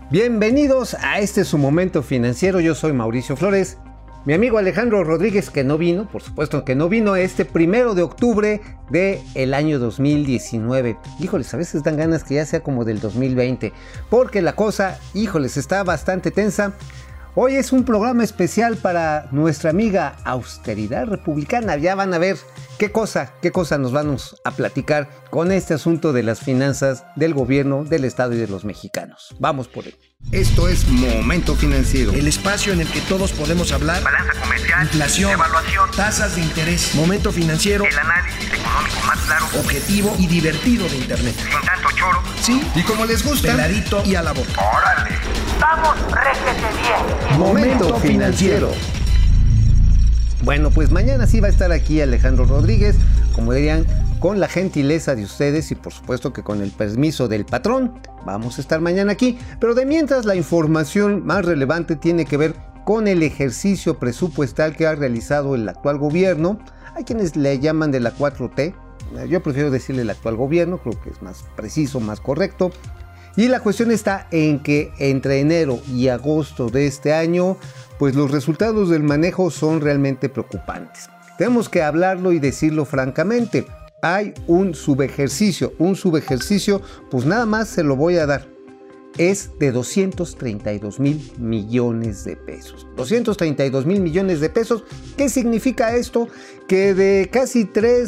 Bienvenidos a este su momento financiero. Yo soy Mauricio Flores. Mi amigo Alejandro Rodríguez, que no vino, por supuesto que no vino este 1 de octubre del año 2019. Híjoles, a veces dan ganas que ya sea como del 2020, porque la cosa, híjoles, está bastante tensa. Hoy es un programa especial para nuestra amiga Austeridad Republicana. Ya van a ver qué cosa nos vamos a platicar con este asunto de las finanzas del gobierno, del Estado y de los mexicanos. Vamos por ello. Esto es Momento Financiero. El espacio en el que todos podemos hablar. Balanza comercial, inflación, evaluación, tasas de interés. Momento Financiero. El análisis económico más claro, objetivo y divertido de Internet. sin tanto choro. Sí, Y como les gusta, peladito y a la boca. ¡Órale! ¡Vamos, réjete bien! Momento Financiero. Bueno, pues mañana sí va a estar aquí Alejandro Rodríguez, como dirían, con la gentileza de ustedes y por supuesto que con el permiso del patrón. Vamos a estar mañana aquí, pero de mientras la información más relevante tiene que ver con el ejercicio presupuestal que ha realizado el actual gobierno. Hay quienes le llaman de la 4T, yo prefiero decirle el actual gobierno, creo que es más preciso, más correcto. Y la cuestión está en que entre enero y agosto de este año, pues los resultados del manejo son realmente preocupantes. Tenemos que hablarlo y decirlo francamente. Hay un subejercicio, pues nada más se lo voy a dar. Es de 232,000 millones de pesos. 232,000 millones de pesos. ¿Qué significa esto? Que de casi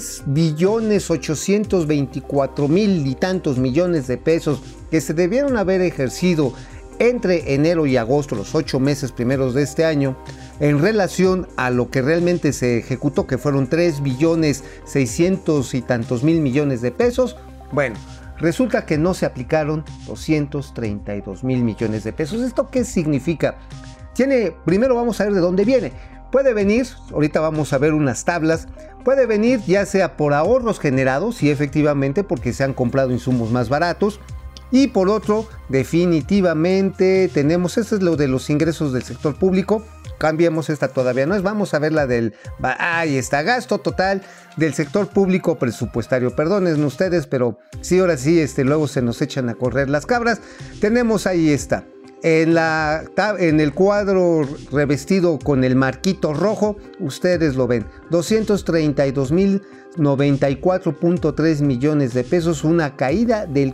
3,824,000 y tantos millones de pesos que se debieron haber ejercido entre enero y agosto, los 8 meses primeros de este año, en relación a lo que realmente se ejecutó, que fueron 3,600 y tantos mil millones de pesos, bueno, resulta que no se aplicaron 232,000 millones de pesos. ¿Esto qué significa? Primero vamos a ver de dónde viene. Puede venir, ahorita vamos a ver unas tablas, puede venir ya sea por ahorros generados, y efectivamente porque se han comprado insumos más baratos, y por otro, definitivamente tenemos, esto es lo de los ingresos del sector público. Cambiemos esta, todavía no es, vamos a ver la del, ahí está, gasto total del sector público presupuestario. Perdonen ustedes, pero sí, ahora sí, luego se nos echan a correr las cabras. Tenemos ahí está, en el cuadro revestido con el marquito rojo, ustedes lo ven, 232,094.3 millones de pesos, una caída del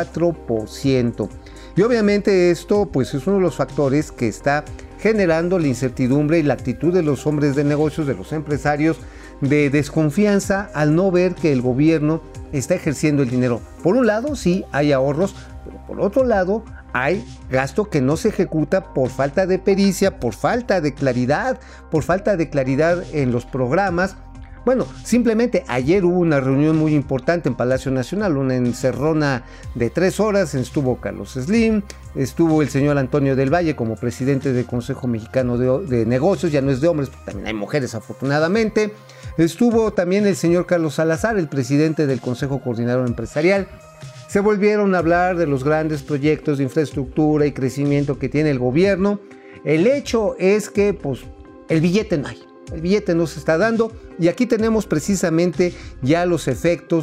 4%. Y obviamente esto pues es uno de los factores que está generando la incertidumbre y la actitud de los hombres de negocios, de los empresarios, de desconfianza al no ver que el gobierno está ejerciendo el dinero. Por un lado sí hay ahorros, pero por otro lado hay gasto que no se ejecuta por falta de pericia, por falta de claridad en los programas. Bueno, simplemente ayer hubo una reunión muy importante en Palacio Nacional, una encerrona de 3 horas, estuvo Carlos Slim, estuvo el señor Antonio del Valle como presidente del Consejo Mexicano de Negocios, ya no es de hombres, también hay mujeres afortunadamente, estuvo también el señor Carlos Salazar, el presidente del Consejo Coordinador Empresarial. Se volvieron a hablar de los grandes proyectos de infraestructura y crecimiento que tiene el gobierno. El hecho es que pues el billete no hay. El billete no se está dando y aquí tenemos precisamente ya los efectos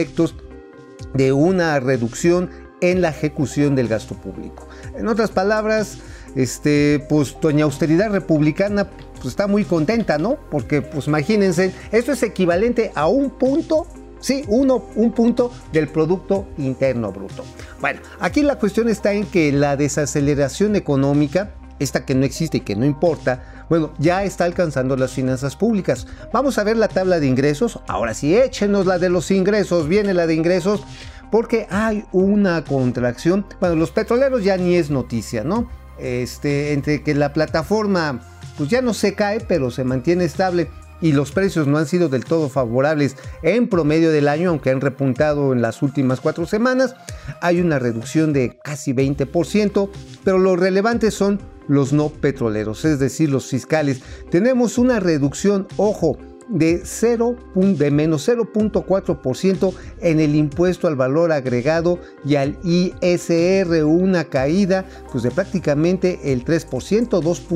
de una reducción en la ejecución del gasto público. En otras palabras, pues doña Austeridad Republicana pues, está muy contenta, ¿no? Porque pues imagínense, esto es equivalente a un punto, sí, un punto del Producto Interno Bruto. Bueno, aquí la cuestión está en que la desaceleración económica, esta que no existe y que no importa, bueno, ya está alcanzando las finanzas públicas. Vamos a ver la tabla de ingresos. Ahora sí, échenos la de los ingresos. Viene la de ingresos porque hay una contracción. Bueno, los petroleros ya ni es noticia, ¿no? Entre que la plataforma pues ya no se cae, pero se mantiene estable y los precios no han sido del todo favorables en promedio del año, aunque han repuntado en las últimas 4 semanas. Hay una reducción de casi 20%, pero lo relevante son los no petroleros, es decir, los fiscales. Tenemos una reducción, ojo, de menos 0.4% en el impuesto al valor agregado y al ISR, una caída pues de prácticamente el 3%,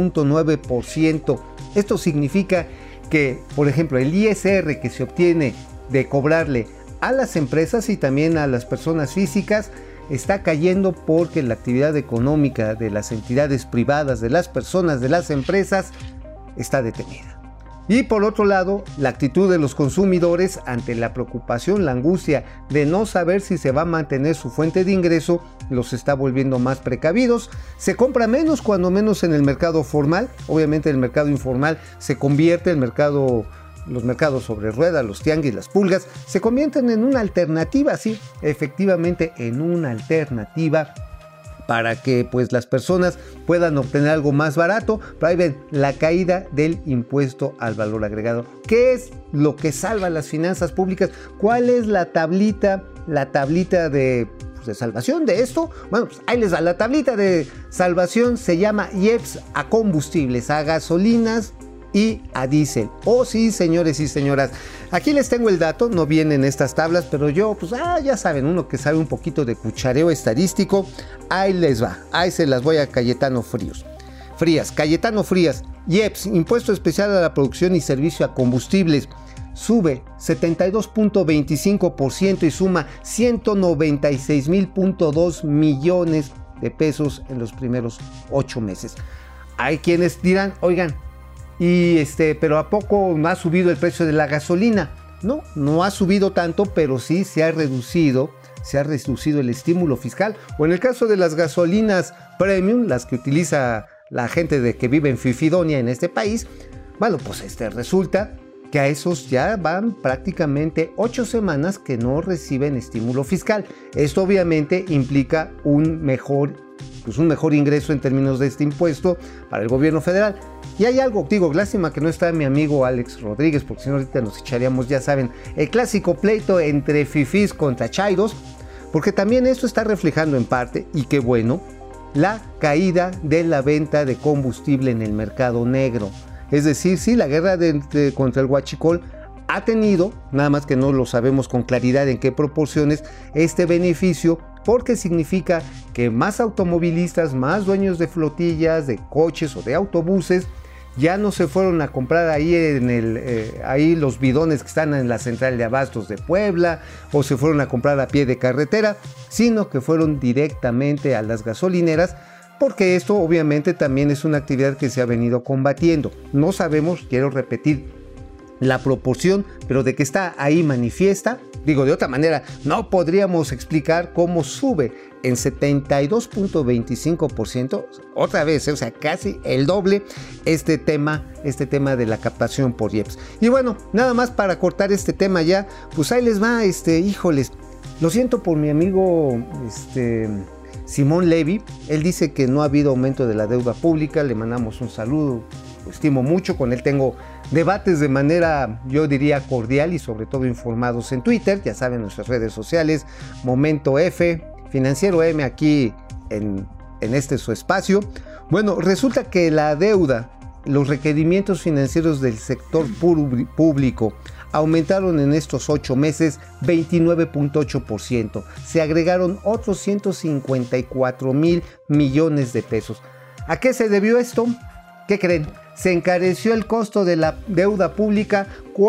2.9%. Esto significa que, por ejemplo, el ISR que se obtiene de cobrarle a las empresas y también a las personas físicas, está cayendo porque la actividad económica de las entidades privadas, de las personas, de las empresas, está detenida. Y por otro lado, la actitud de los consumidores ante la preocupación, la angustia de no saber si se va a mantener su fuente de ingreso, los está volviendo más precavidos. Se compra menos, cuando menos en el mercado formal. Obviamente el mercado informal se convierte, los mercados sobre ruedas, los tianguis, las pulgas, se convierten en una alternativa, sí, efectivamente en una alternativa para que pues las personas puedan obtener algo más barato. Pero ahí ven, la caída del impuesto al valor agregado. ¿Qué es lo que salva las finanzas públicas? ¿Cuál es la tablita de salvación de esto? Bueno, pues ahí les da. La tablita de salvación se llama IEPS a combustibles, a gasolinas y a diésel. Oh sí, señores y señoras, aquí les tengo el dato, no vienen estas tablas, pero yo, pues ya saben, uno que sabe un poquito de cuchareo estadístico, ahí les va, ahí se las voy a Cayetano Frías. IEPS, Impuesto Especial a la Producción y Servicio a Combustibles, sube 72.25% y suma 196.2 millones de pesos en los primeros 8 meses. Hay quienes dirán, oigan, pero ¿a poco no ha subido el precio de la gasolina? No ha subido tanto, pero sí se ha reducido el estímulo fiscal. O en el caso de las gasolinas premium, las que utiliza la gente que vive en Fifidonia en este país, bueno, pues resulta que a esos ya van prácticamente 8 semanas que no reciben estímulo fiscal. Esto obviamente implica un mejor ingreso en términos de este impuesto para el gobierno federal. Y hay algo, digo, lástima que no está mi amigo Alex Rodríguez, porque si no ahorita nos echaríamos, ya saben, el clásico pleito entre fifís contra chairos, porque también esto está reflejando en parte, y qué bueno, la caída de la venta de combustible en el mercado negro. Es decir, sí, la guerra contra el huachicol ha tenido, nada más que no lo sabemos con claridad en qué proporciones, este beneficio, porque significa que más automovilistas, más dueños de flotillas, de coches o de autobuses, ya no se fueron a comprar ahí los bidones que están en la central de abastos de Puebla, o se fueron a comprar a pie de carretera, sino que fueron directamente a las gasolineras, porque esto obviamente también es una actividad que se ha venido combatiendo. No sabemos, quiero repetir, la proporción, pero de que está ahí manifiesta. Digo, de otra manera, no podríamos explicar cómo sube en 72.25%, otra vez, o sea, casi el doble este tema de la captación por IEPS. Y bueno, nada más para cortar este tema ya, pues ahí les va, híjoles, lo siento por mi amigo, Simón Levy. Él dice que no ha habido aumento de la deuda pública, le mandamos un saludo, lo estimo mucho, con él tengo debates de manera, yo diría, cordial y sobre todo informados en Twitter, ya saben, nuestras redes sociales, Momento F, Financiero M, aquí en su espacio. Bueno, resulta que la deuda, los requerimientos financieros del sector público aumentaron en estos 8 meses 29.8%. Se agregaron otros 154,000 millones de pesos. ¿A qué se debió esto? ¿Qué creen? Se encareció el costo de la deuda pública,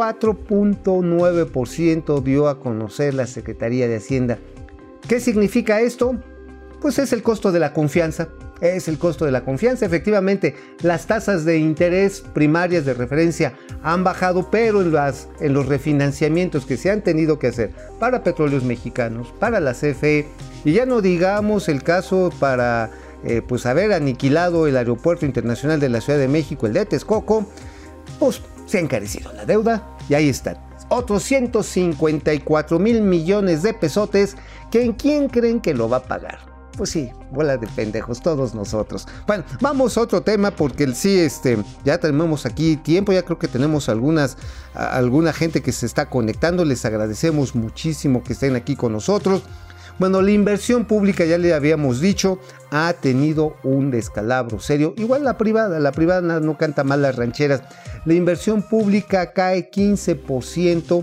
4.9% dio a conocer la Secretaría de Hacienda. ¿Qué significa esto? Pues es el costo de la confianza. Efectivamente, las tasas de interés primarias de referencia han bajado, pero en los refinanciamientos que se han tenido que hacer para Petróleos Mexicanos, para la CFE, y ya no digamos el caso para pues haber aniquilado el Aeropuerto Internacional de la Ciudad de México, el de Texcoco, pues se ha encarecido la deuda y ahí están. Otros 154,000 millones de pesotes, ¿quién creen que lo va a pagar? Pues sí, bola de pendejos, todos nosotros. Bueno, vamos a otro tema, porque sí, ya tenemos aquí tiempo, ya creo que tenemos alguna gente que se está conectando, les agradecemos muchísimo que estén aquí con nosotros. Bueno, la inversión pública, ya le habíamos dicho, ha tenido un descalabro serio. Igual la privada no canta mal las rancheras. La inversión pública cae 15%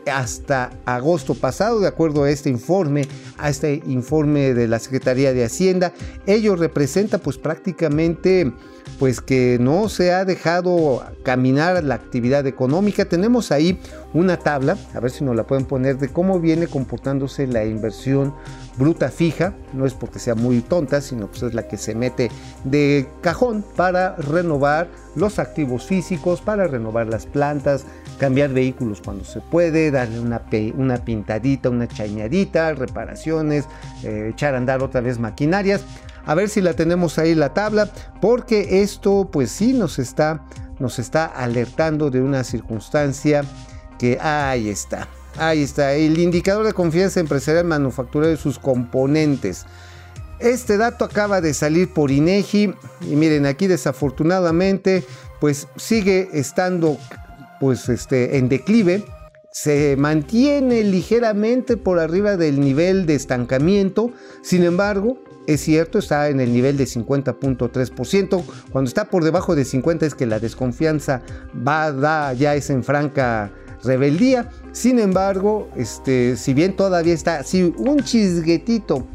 hasta agosto pasado, de acuerdo a este informe de la Secretaría de Hacienda. Ello representa pues prácticamente pues que no se ha dejado caminar la actividad económica. Tenemos ahí una tabla, a ver si nos la pueden poner, de cómo viene comportándose la inversión bruta fija. No es porque sea muy tonta, sino pues es la que se mete de cajón para renovar los activos físicos, para renovar las plantas, cambiar vehículos cuando se puede, darle una pintadita, una chañadita, reparaciones, echar a andar otra vez maquinarias. A ver si la tenemos ahí la tabla, porque esto pues sí nos está alertando de una circunstancia que ahí está, el indicador de confianza empresarial manufacturera y sus componentes. Este dato acaba de salir por INEGI y miren, aquí desafortunadamente pues sigue estando pues en declive. Se mantiene ligeramente por arriba del nivel de estancamiento, sin embargo, es cierto, está en el nivel de 50.3%. Cuando está por debajo de 50 es que la desconfianza ya es en franca rebeldía. Sin embargo, si bien todavía está así un chisguetito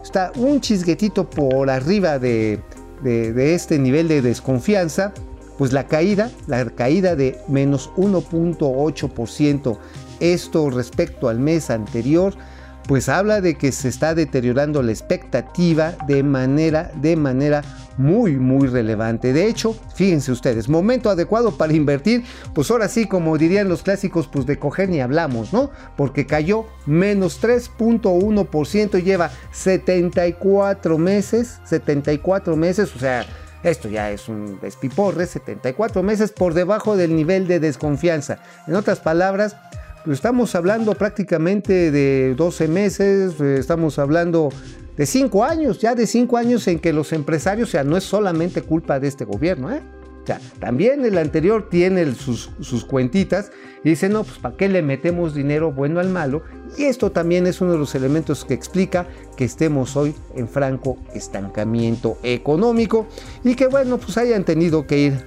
por arriba de este nivel de desconfianza, pues la caída de menos 1.8%, esto respecto al mes anterior, pues habla de que se está deteriorando la expectativa de manera muy, muy relevante. De hecho, fíjense ustedes, momento adecuado para invertir, pues ahora sí, como dirían los clásicos, pues de coger ni hablamos, ¿no? Porque cayó menos 3.1%, lleva 74 meses, o sea, esto ya es un despiporre, 74 meses por debajo del nivel de desconfianza. En otras palabras, estamos hablando prácticamente de 12 meses, estamos hablando de 5 años, ya de 5 años en que los empresarios, o sea, no es solamente culpa de este gobierno, O sea, también el anterior tiene sus cuentitas y dice, no, pues ¿para qué le metemos dinero bueno al malo? Y esto también es uno de los elementos que explica que estemos hoy en franco estancamiento económico y que bueno, pues hayan tenido que ir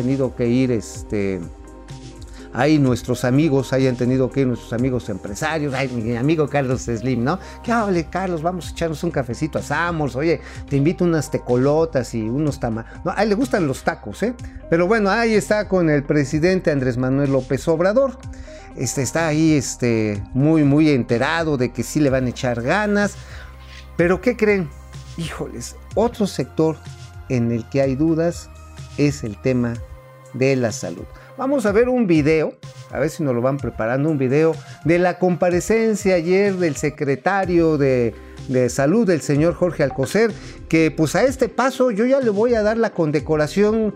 ahí nuestros amigos empresarios, mi amigo Carlos Slim, ¿no? ¿Qué hable, Carlos? Vamos a echarnos un cafecito a Samos, oye, te invito unas tecolotas y unos tamales. No, a él le gustan los tacos, Pero bueno, ahí está con el presidente Andrés Manuel López Obrador. Está ahí muy, muy enterado de que sí le van a echar ganas. Pero ¿qué creen? Híjoles, otro sector en el que hay dudas es el tema de la salud. Vamos a ver un video, a ver si nos lo van preparando, un video de la comparecencia ayer del secretario de Salud, del señor Jorge Alcocer, que pues a este paso yo ya le voy a dar la condecoración,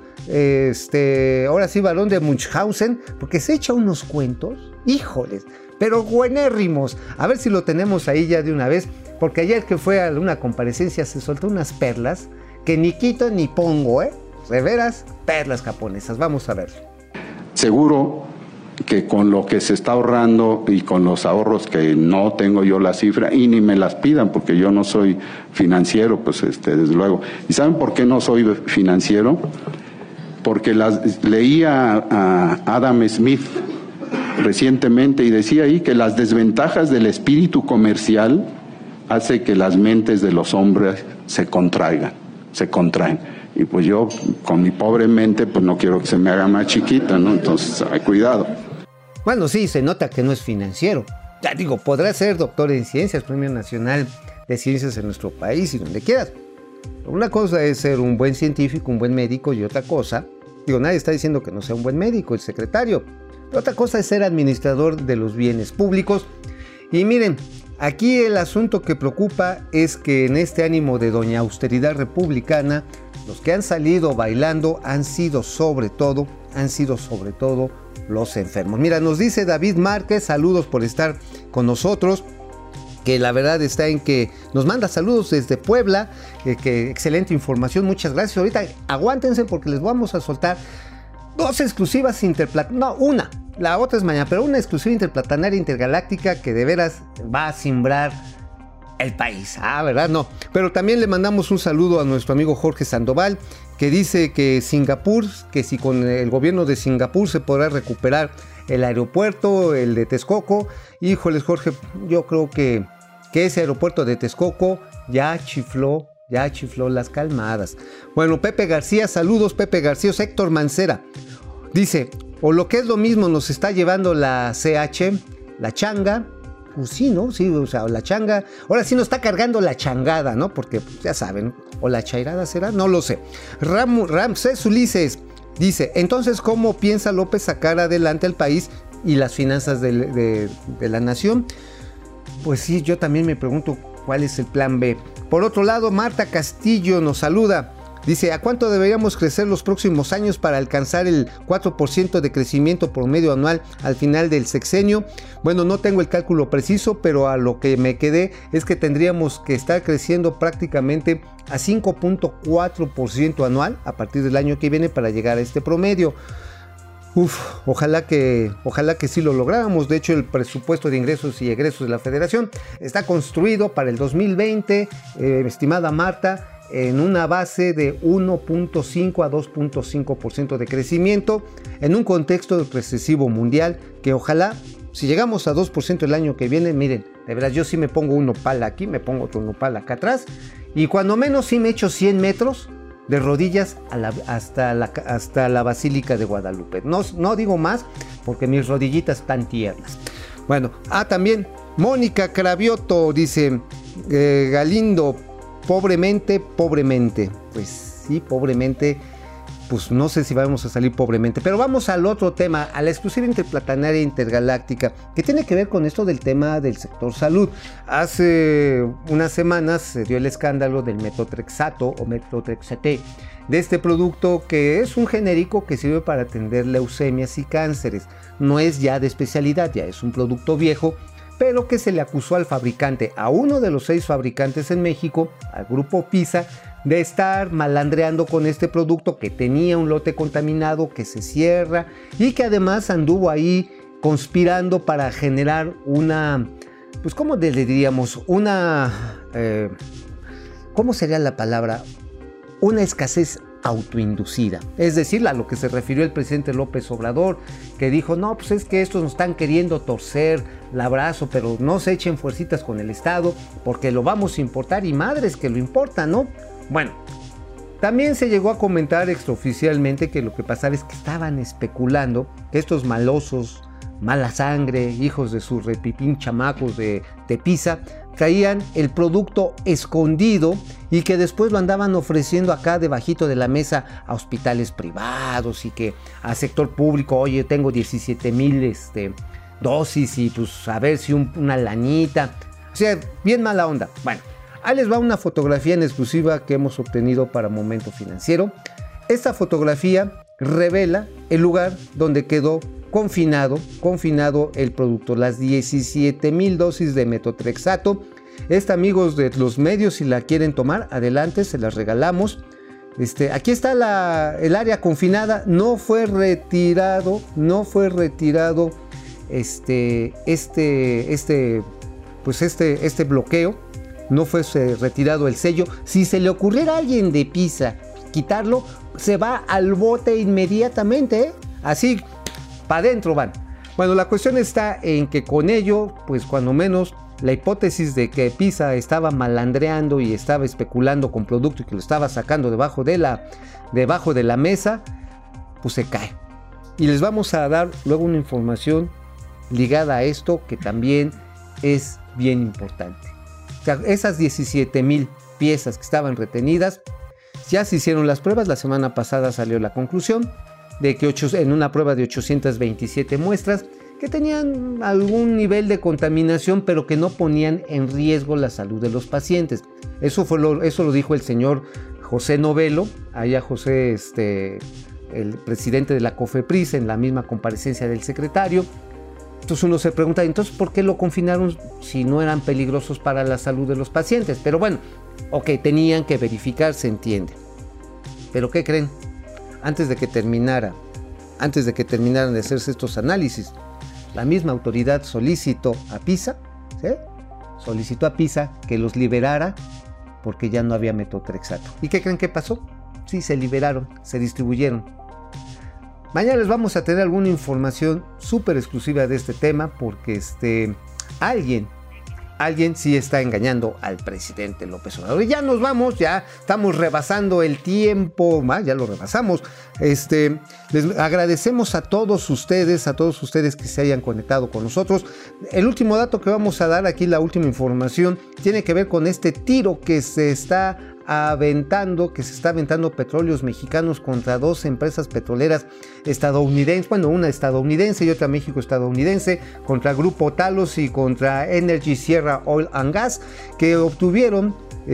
ahora sí, Barón de Munchausen, porque se echa unos cuentos, híjoles, pero buenérrimos. A ver si lo tenemos ahí ya de una vez, porque ayer que fue a una comparecencia se soltó unas perlas que ni quito ni pongo, de veras, perlas japonesas. Vamos a verlo. Seguro que con lo que se está ahorrando y con los ahorros que no tengo yo la cifra y ni me las pidan porque yo no soy financiero, pues desde luego. ¿Y saben por qué no soy financiero? Porque leía a Adam Smith recientemente y decía ahí que las desventajas del espíritu comercial hace que las mentes de los hombres se contraen. Y pues yo, con mi pobre mente, pues no quiero que se me haga más chiquita, ¿no? Entonces, cuidado. Bueno, sí, se nota que no es financiero. Ya digo, podrá ser doctor en ciencias, Premio Nacional de Ciencias en nuestro país y donde quieras. Una cosa es ser un buen científico, un buen médico, y otra cosa, nadie está diciendo que no sea un buen médico, el secretario. Pero otra cosa es ser administrador de los bienes públicos. Y miren, aquí el asunto que preocupa es que en este ánimo de doña austeridad republicana, los que han salido bailando han sido sobre todo los enfermos. Mira, nos dice David Márquez, saludos por estar con nosotros, que la verdad está en que nos manda saludos desde Puebla, que excelente información, muchas gracias. Ahorita aguántense porque les vamos a soltar 2 exclusivas una, la otra es mañana, pero una exclusiva interplanetaria intergaláctica que de veras va a simbrar el país. ¿Verdad? No. Pero también le mandamos un saludo a nuestro amigo Jorge Sandoval, que dice que Singapur, que si con el gobierno de Singapur se podrá recuperar el aeropuerto, el de Texcoco. Híjoles, Jorge, yo creo que ese aeropuerto de Texcoco ya chifló las calmadas. Bueno, Pepe García, saludos Pepe García. Héctor Mancera dice, o lo que es lo mismo nos está llevando la CH, la changa. Pues sí, ¿no? Sí, o sea, la changa. Ahora sí nos está cargando la changada, ¿no? Porque pues, ya saben, o la chairada será, no lo sé. Ramsés Ulises dice, entonces, ¿cómo piensa López sacar adelante el país y las finanzas de la nación? Pues sí, yo también me pregunto cuál es el plan B. Por otro lado, Marta Castillo nos saluda. Dice, ¿a cuánto deberíamos crecer los próximos años para alcanzar el 4% de crecimiento promedio anual al final del sexenio? Bueno, no tengo el cálculo preciso, pero a lo que me quedé es que tendríamos que estar creciendo prácticamente a 5.4% anual a partir del año que viene para llegar a este promedio. Ojalá que sí lo lográramos. De hecho, el presupuesto de ingresos y egresos de la Federación está construido para el 2020, estimada Marta, en una base de 1.5 a 2.5% de crecimiento en un contexto recesivo mundial que ojalá, si llegamos a 2% el año que viene, miren, de verdad yo sí me pongo un nopal aquí, me pongo otro nopal acá atrás y cuando menos sí me echo 100 metros de rodillas hasta la Basílica de Guadalupe. No digo más porque mis rodillitas están tiernas. Bueno, también Mónica Cravioto dice, Galindo, pobremente. Pues sí, pobremente. Pues no sé si vamos a salir pobremente. Pero vamos al otro tema, a la exclusiva interplanetaria intergaláctica, que tiene que ver con esto del tema del sector salud. Hace unas semanas se dio el escándalo del metotrexato o metotrexate, de este producto que es un genérico que sirve para atender leucemias y cánceres. No es ya de especialidad, ya es un producto viejo, pero que se le acusó al fabricante, a uno de los 6 fabricantes en México, al grupo PISA, de estar malandreando con este producto que tenía un lote contaminado, que se cierra y que además anduvo ahí conspirando para generar una, pues ¿cómo le diríamos? ¿Cómo sería la palabra? Una escasez autoinducida, es decir, a lo que se refirió el presidente López Obrador, que dijo, no, pues es que estos nos están queriendo torcer el brazo, pero no se echen fuercitas con el Estado, porque lo vamos a importar, y madres que lo importan, ¿no? Bueno, también se llegó a comentar extraoficialmente que lo que pasaba es que estaban especulando que estos malosos, mala sangre, hijos de sus repipín chamacos de PISA, traían el producto escondido y que después lo andaban ofreciendo acá debajito de la mesa a hospitales privados y que a sector público, oye, tengo 17,000 dosis y pues a ver si una lanita. O sea, bien mala onda. Bueno, ahí les va una fotografía en exclusiva que hemos obtenido para Momento Financiero. Esta fotografía revela el lugar donde quedó confinado el producto, las 17,000 dosis de metotrexato. Amigos de los medios, si la quieren tomar, adelante, se las regalamos. Aquí está el área confinada, no fue retirado este bloqueo, no fue retirado el sello. Si se le ocurriera a alguien de PISA quitarlo, se va al bote inmediatamente, ¿eh? Así, para adentro van. Bueno, la cuestión está en que con ello, pues cuando menos, la hipótesis de que PISA estaba malandreando y estaba especulando con producto y que lo estaba sacando debajo de la mesa, pues se cae. Y les vamos a dar luego una información ligada a esto que también es bien importante. O sea, esas 17,000 piezas que estaban retenidas, ya se hicieron las pruebas. La semana pasada salió la conclusión de que en una prueba de 827 muestras que tenían algún nivel de contaminación, pero que no ponían en riesgo la salud de los pacientes. Eso lo dijo el señor José Novelo, allá José, el presidente de la COFEPRIS, en la misma comparecencia del secretario. Entonces uno se pregunta, entonces ¿por qué lo confinaron si no eran peligrosos para la salud de los pacientes? Pero bueno, ok, tenían que verificar, se entiende. ¿Pero qué creen? Antes de que terminaran de hacerse estos análisis, la misma autoridad solicitó a PISA que los liberara porque ya no había metotrexato. ¿Y qué creen que pasó? Sí, se liberaron, se distribuyeron. Mañana les vamos a tener alguna información súper exclusiva de este tema porque alguien sí está engañando al presidente López Obrador. Y ya nos vamos, ya estamos rebasando el tiempo, ya lo rebasamos. Les agradecemos a todos ustedes que se hayan conectado con nosotros. El último dato que vamos a dar aquí, la última información, tiene que ver con este tiro que se está aventando Petróleos Mexicanos contra dos empresas petroleras estadounidenses, bueno, una estadounidense y otra México-estadounidense, contra Grupo Talos y contra Energy Sierra Oil and Gas, que obtuvieron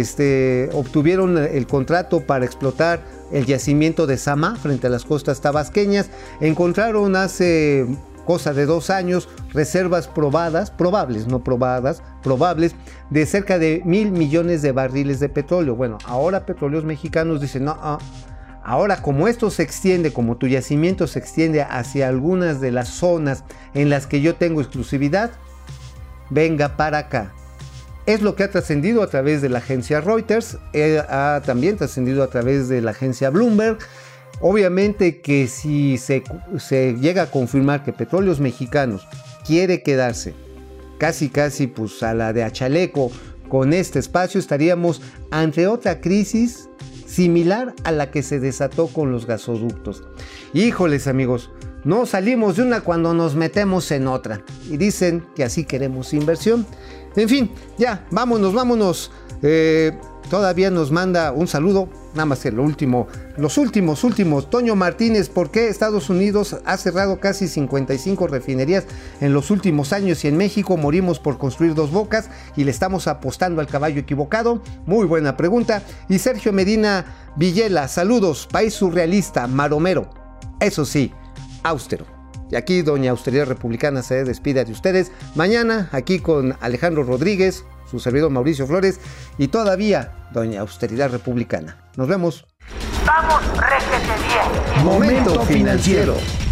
el contrato para explotar el yacimiento de Samá frente a las costas tabasqueñas. Encontraron hace cosa de 2 años reservas probables de cerca de 1,000 millones de barriles de petróleo. Bueno, ahora Petróleos Mexicanos dicen, no, ahora como esto se extiende, como tu yacimiento se extiende hacia algunas de las zonas en las que yo tengo exclusividad, venga para acá. Es lo que ha trascendido a través de la agencia Reuters, ha también trascendido a través de la agencia Bloomberg. Obviamente que si se llega a confirmar que Petróleos Mexicanos quiere quedarse casi pues a la de a chaleco con este espacio, estaríamos ante otra crisis similar a la que se desató con los gasoductos. Híjoles, amigos, no salimos de una cuando nos metemos en otra. Y dicen que así queremos inversión. En fin, ya, vámonos. Todavía nos manda un saludo, nada más que los últimos. Toño Martínez, ¿por qué Estados Unidos ha cerrado casi 55 refinerías en los últimos años y en México morimos por construir 2 bocas y le estamos apostando al caballo equivocado? Muy buena pregunta. Y Sergio Medina Villela, saludos, país surrealista, maromero, eso sí, austero. Y aquí doña Austeridad Republicana se despide de ustedes. Mañana aquí con Alejandro Rodríguez, su servidor Mauricio Flores y todavía doña Austeridad Republicana. Nos vemos. Vamos, réjete bien. Momento Financiero.